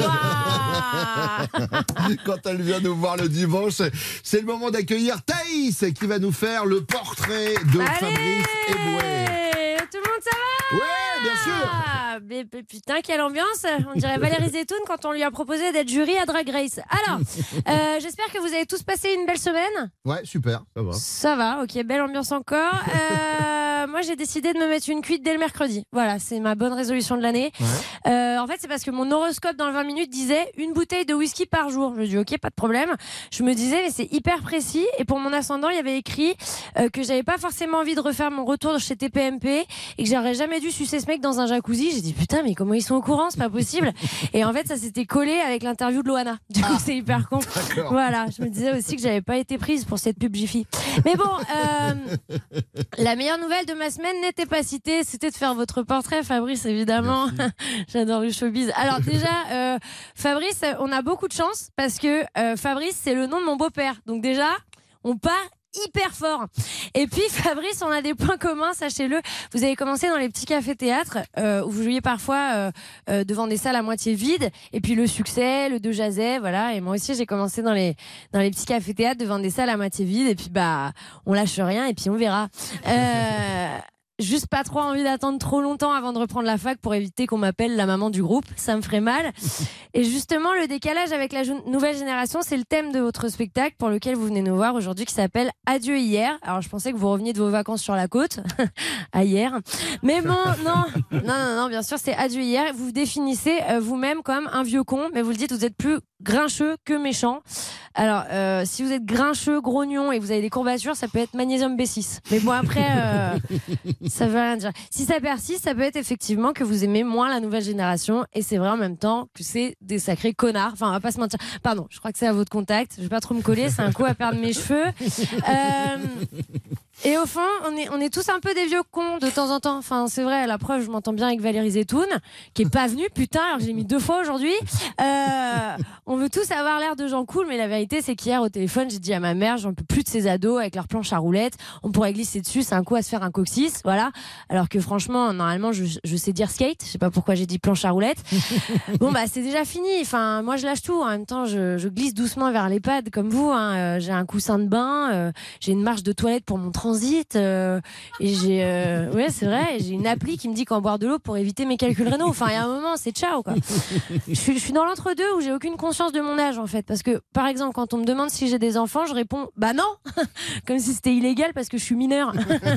part quand elle vient nous voir le dimanche. C'est le moment d'accueillir Thaïs qui va nous faire le portrait de Fabrice Eboué. Tout le monde, ça va? Ouais, bien sûr. Mais putain, quelle ambiance. On dirait Valérie Zetoun quand on lui a proposé d'être jury à Drag Race. Alors, j'espère que vous avez tous passé une belle semaine. Ouais, super, ça va. Ça va, ok, belle ambiance encore. Moi, j'ai décidé de me mettre une cuite dès le mercredi. Voilà, c'est ma bonne résolution de l'année. En fait, c'est parce que mon horoscope dans le 20 minutes disait une bouteille de whisky par jour. Je me dis, ok, pas de problème. Je me disais, mais c'est hyper précis. Et pour mon ascendant, il y avait écrit que j'avais pas forcément envie de refaire mon retour chez TPMP et que j'aurais jamais dû sucer ce mec dans un jacuzzi. J'ai dit, putain, mais comment ils sont au courant? C'est pas possible. Et en fait, ça s'était collé avec l'interview de Loana. Du coup, c'est hyper con. Voilà, je me disais aussi que j'avais pas été prise pour cette pub Jiffy. Mais bon, la meilleure nouvelle de ma semaine n'était pas citée, c'était de faire votre portrait, Fabrice, évidemment. J'adore le showbiz. Alors déjà, Fabrice, on a beaucoup de chance parce que Fabrice, c'est le nom de mon beau-père. Donc déjà, on part hyper fort. Et puis Fabrice, on a des points communs, sachez-le. Vous avez commencé dans les petits cafés-théâtres où vous jouiez parfois devant des salles à moitié vides. Et puis le succès, le De Jazet, voilà. Et moi aussi, j'ai commencé dans les petits cafés-théâtres devant des salles à moitié vides. Et puis bah, on lâche rien et puis on verra. Juste pas trop envie d'attendre trop longtemps avant de reprendre la fac pour éviter qu'on m'appelle la maman du groupe. Ça me ferait mal. Et justement, le décalage avec la nouvelle génération, c'est le thème de votre spectacle pour lequel vous venez nous voir aujourd'hui, qui s'appelle Adieu hier. Alors, je pensais que vous reveniez de vos vacances sur la côte. À hier. Mais bon, non, bien sûr, c'est Adieu hier. Vous vous définissez vous-même comme un vieux con, mais vous le dites, vous êtes plus grincheux que méchant. Alors, si vous êtes grincheux, grognon et vous avez des courbatures, ça peut être magnésium B6. Mais bon, après, ça veut rien dire. Si ça persiste, ça peut être effectivement que vous aimez moins la nouvelle génération et c'est vrai en même temps que c'est des sacrés connards. Enfin, on va pas se mentir. Pardon, je crois que c'est à votre contact. Je vais pas trop me coller, c'est un coup à perdre mes cheveux. Et au fond, on est tous un peu des vieux cons de temps en temps. Enfin, c'est vrai, la preuve, je m'entends bien avec Valérie Zetoun, qui est pas venue, putain, alors que j'ai mis 2 fois aujourd'hui. On veut tous avoir l'air de gens cool, mais la vérité, c'est qu'hier, au téléphone, j'ai dit à ma mère, j'en peux plus de ces ados avec leurs planches à roulettes. On pourrait glisser dessus, c'est un coup à se faire un coccyx, voilà. Alors que franchement, normalement, je sais dire skate. Je sais pas pourquoi j'ai dit planche à roulettes. Bon, bah, c'est déjà fini. Enfin, moi, je lâche tout. En même temps, je glisse doucement vers les pads, comme vous, hein. J'ai un coussin de bain, j'ai une marche de toilette pour mon transit, et j'ai ouais, c'est vrai, j'ai une appli qui me dit quand boire de l'eau pour éviter mes calculs rénaux. Enfin, il y a un moment, c'est ciao, quoi. Je suis dans l'entre-deux où j'ai aucune conscience de mon âge, en fait, parce que par exemple, quand on me demande si j'ai des enfants, je réponds bah non, comme si c'était illégal parce que je suis mineure.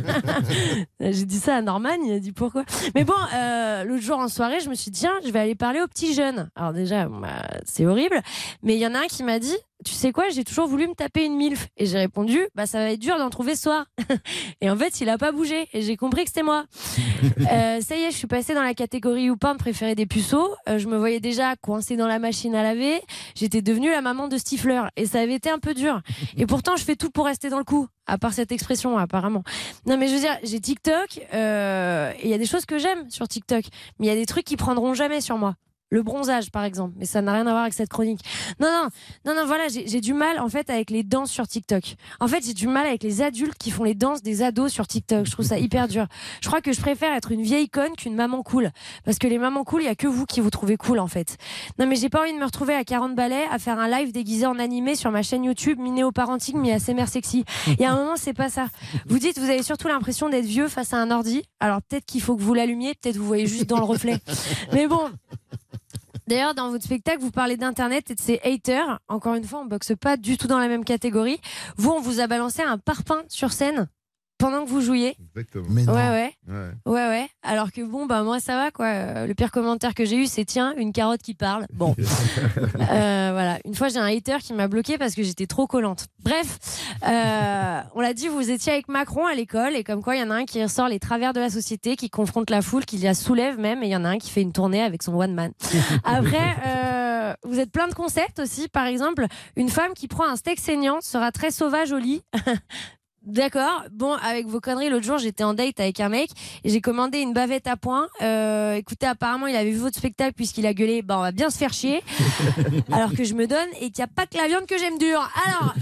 J'ai dit ça à Norman, il a dit pourquoi. Mais bon, l'autre jour en soirée, je me suis dit tiens, je vais aller parler aux petits jeunes. Alors déjà, bah, c'est horrible, mais il y en a un qui m'a dit tu sais quoi, j'ai toujours voulu me taper une MILF. Et j'ai répondu, bah ça va être dur d'en trouver ce soir. Et en fait, il a pas bougé. Et j'ai compris que c'était moi. Ça y est, je suis passée dans la catégorie YouPorn préférée des puceaux. Je me voyais déjà coincée dans la machine à laver. J'étais devenue la maman de Stifler. Et ça avait été un peu dur. Et pourtant, je fais tout pour rester dans le coup. À part cette expression, apparemment. Non, mais je veux dire, j'ai TikTok. Et il y a des choses que j'aime sur TikTok. Mais il y a des trucs qui prendront jamais sur moi. Le bronzage, par exemple. Mais ça n'a rien à voir avec cette chronique. Non, voilà, j'ai du mal, en fait, avec les danses sur TikTok. En fait, j'ai du mal avec les adultes qui font les danses des ados sur TikTok. Je trouve ça hyper dur. Je crois que je préfère être une vieille conne qu'une maman cool. Parce que les mamans cool, il y a que vous qui vous trouvez cool, en fait. Non, mais j'ai pas envie de me retrouver à 40 balais à faire un live déguisé en animé sur ma chaîne YouTube, mi-néo-parenting, mi-ASMR sexy. Il y a un moment, c'est pas ça. Vous dites, vous avez surtout l'impression d'être vieux face à un ordi. Alors, peut-être qu'il faut que vous l'allumiez, peut-être vous voyez juste dans le reflet. Mais bon. D'ailleurs, dans votre spectacle, vous parlez d'Internet et de ses haters. Encore une fois, on boxe pas du tout dans la même catégorie. Vous, on vous a balancé un parpaing sur scène. pendant que vous jouiez. Exactement. Mais non. Ouais. Alors que bon, bah moi ça va quoi. Le pire commentaire que j'ai eu, c'est tiens, une carotte qui parle. Bon. Voilà. Une fois, j'ai un hater qui m'a bloqué parce que j'étais trop collante. Bref, on l'a dit, vous étiez avec Macron à l'école et comme quoi il y en a un qui ressort les travers de la société, qui confronte la foule, qui la soulève même, et il y en a un qui fait une tournée avec son one man. Après, vous êtes plein de concepts aussi. Par exemple, une femme qui prend un steak saignant sera très sauvage au lit. D'accord. Bon, avec vos conneries, l'autre jour, j'étais en date avec un mec et j'ai commandé une bavette à point. Écoutez, apparemment, il avait vu votre spectacle puisqu'il a gueulé. Bah, on va bien se faire chier. Alors que je me donne et qu'il n'y a pas que la viande que j'aime dure. Alors,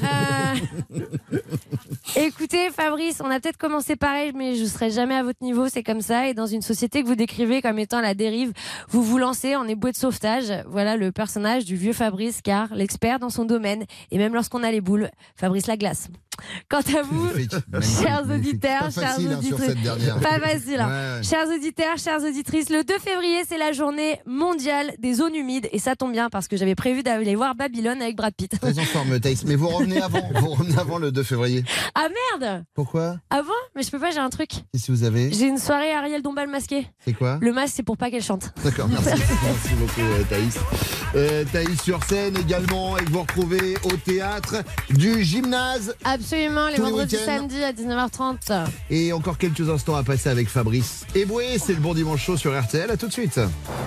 écoutez, Fabrice, on a peut-être commencé pareil, mais je serai jamais à votre niveau. C'est comme ça. Et dans une société que vous décrivez comme étant la dérive, vous vous lancez en éboué de sauvetage. Voilà le personnage du vieux Fabrice, car l'expert dans son domaine. Et même lorsqu'on a les boules, Fabrice la glace. Quant à vous, chers auditeurs, chères auditrices, pas facile. Ouais. Chers auditeurs, chères auditrices, le 2 février, c'est la journée mondiale des zones humides. Et ça tombe bien parce que j'avais prévu d'aller voir Babylone avec Brad Pitt. Très en forme, Thaïs. Mais vous revenez avant le 2 février. Ah merde! Pourquoi? Avant? Mais je peux pas, j'ai un truc. Qu'est-ce que vous avez? J'ai une soirée Ariel Dombal masquée. C'est quoi? Le masque, c'est pour pas qu'elle chante. D'accord, merci. Merci beaucoup, Thaïs. Thaïs sur scène également, et que vous retrouvez au théâtre du Gymnase. Absolument, les vendredis samedi à 19h30. Et encore quelques instants à passer avec Fabrice Eboué. C'est le Bon Dimanche Show sur RTL. À tout de suite.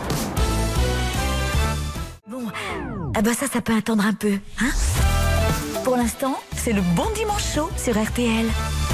Bon, ah bah ça peut attendre un peu, hein? Pour l'instant, c'est le Bon Dimanche Show sur RTL.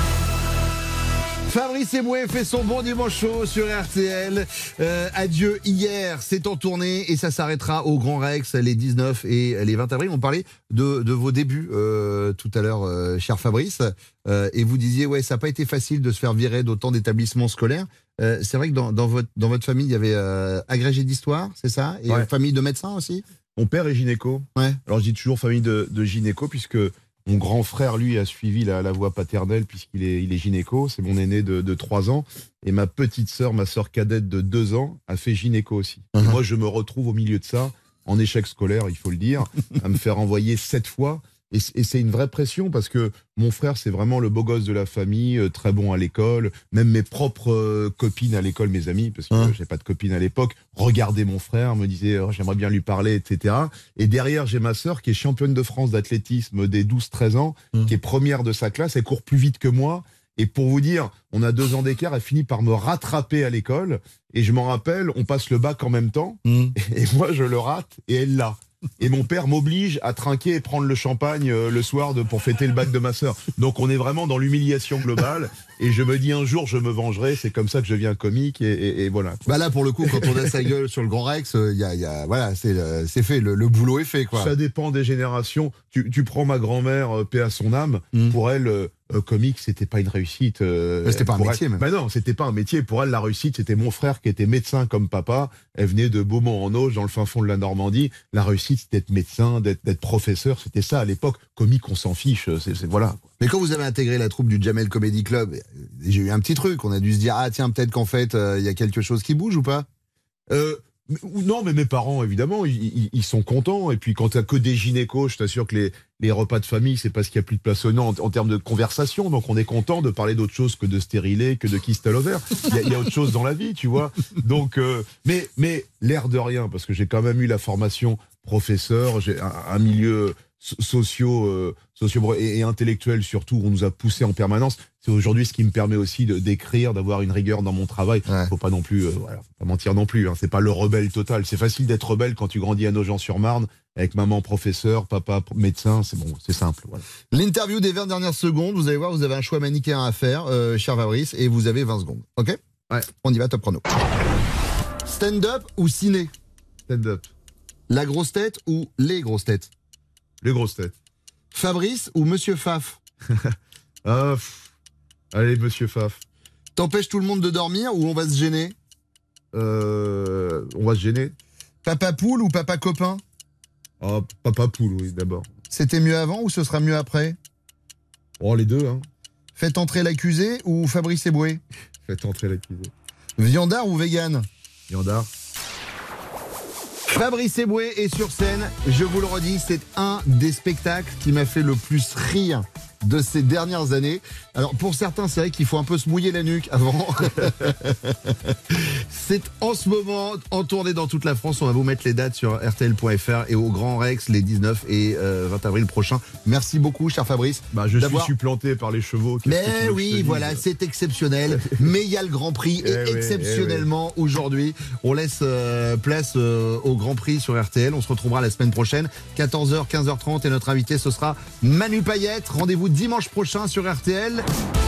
Fabrice Eboué fait son Bon Dimanche Show sur RTL. Adieu hier, c'est en tournée et ça s'arrêtera au Grand Rex les 19 et les 20 avril. On parlait de vos débuts tout à l'heure, cher Fabrice. Et vous disiez, ouais, ça n'a pas été facile de se faire virer d'autant d'établissements scolaires. C'est vrai que dans votre famille, il y avait agrégé d'histoire, c'est ça? Et famille de médecins aussi? Mon père est gynéco. Ouais. Alors je dis toujours famille de gynéco puisque mon grand frère, lui, a suivi la voie paternelle puisqu'il est gynéco. C'est mon aîné de 3 ans. Et ma petite sœur, ma sœur cadette de 2 ans, a fait gynéco aussi. Et moi, je me retrouve au milieu de ça, en échec scolaire, il faut le dire, à me faire envoyer 7 fois. Et c'est une vraie pression parce que mon frère, c'est vraiment le beau gosse de la famille, très bon à l'école. Même mes propres copines à l'école, mes amis, parce que j'ai pas de copine à l'époque, regardaient mon frère, me disaient j'aimerais bien lui parler, etc. Et derrière, j'ai ma sœur qui est championne de France d'athlétisme des 12-13 ans, qui est première de sa classe, elle court plus vite que moi. Et pour vous dire, on a 2 ans d'écart, elle finit par me rattraper à l'école. Et je m'en rappelle, on passe le bac en même temps. Et moi, je le rate et elle l'a. Et mon père m'oblige à trinquer et prendre le champagne le soir pour fêter le bac de ma sœur. Donc on est vraiment dans l'humiliation globale. Et je me dis un jour je me vengerai. C'est comme ça que je deviens comique et voilà. Bah là pour le coup quand on a sa gueule sur le Grand Rex, voilà c'est fait, le boulot est fait quoi. Ça dépend des générations. Tu prends ma grand-mère, paix à son âme. Pour elle. Comique, c'était pas une réussite. C'était pas un métier, elle. même. Bah non, c'était pas un métier. Pour elle, la réussite, c'était mon frère qui était médecin comme papa. Elle venait de Beaumont-en-Auge, dans le fin fond de la Normandie. La réussite, c'était d'être médecin, d'être professeur. C'était ça à l'époque. Comique, on s'en fiche. Voilà. Mais quand vous avez intégré la troupe du Jamel Comedy Club, j'ai eu un petit truc. On a dû se dire, ah tiens, peut-être qu'en fait, il y a quelque chose qui bouge ou pas? Non, mais mes parents, évidemment, ils sont contents. Et puis, quand t'as que des gynécos, je t'assure que les repas de famille, c'est parce qu'il n'y a plus de place au nom en termes de conversation. Donc, on est content de parler d'autre chose que de stérilé, que de kyste à l'ovaire. Il y a autre chose dans la vie, tu vois. Donc, mais l'air de rien, parce que j'ai quand même eu la formation professeur, j'ai un milieu socio et intellectuel surtout, on nous a poussé en permanence. C'est aujourd'hui ce qui me permet aussi d'écrire, d'avoir une rigueur dans mon travail. Faut pas non plus, faut pas mentir non plus. Hein. C'est pas le rebelle total. C'est facile d'être rebelle quand tu grandis à Nogent-sur-Marne avec maman professeur, papa médecin. C'est bon, c'est simple. Voilà. L'interview des 20 dernières secondes. Vous allez voir, vous avez un choix manichéen à faire, cher Fabrice, et vous avez 20 secondes. Ok? Ouais. On y va, top chrono. Stand-up ou ciné? Stand-up. La grosse tête ou les grosses têtes? Les grosses têtes. Fabrice ou Monsieur Faf? Allez, Monsieur Faf. T'empêches tout le monde de dormir ou on va se gêner? On va se gêner. Papa poule ou papa copain? Oh, papa poule, oui, d'abord. C'était mieux avant ou ce sera mieux après? Oh, les deux, hein. Faites entrer l'accusé ou Fabrice Eboué? Faites entrer l'accusé. Viandard ou vegan? Viandard. Fabrice Eboué est sur scène, je vous le redis, c'est un des spectacles qui m'a fait le plus rire de ces dernières années. Alors pour certains, c'est vrai qu'il faut un peu se mouiller la nuque avant. C'est en ce moment en tournée dans toute la France. On va vous mettre les dates sur rtl.fr et au Grand Rex les 19 et 20 avril prochains. Merci beaucoup, cher Fabrice. Je suis supplanté par les chevaux. Mais oui, voilà, c'est exceptionnel. Mais il y a le Grand Prix et exceptionnellement aujourd'hui, on laisse place au Grand Prix sur RTL. On se retrouvera la semaine prochaine, 14h, 15h30 et notre invité ce sera Manu Payette. Rendez-vous dimanche prochain sur RTL.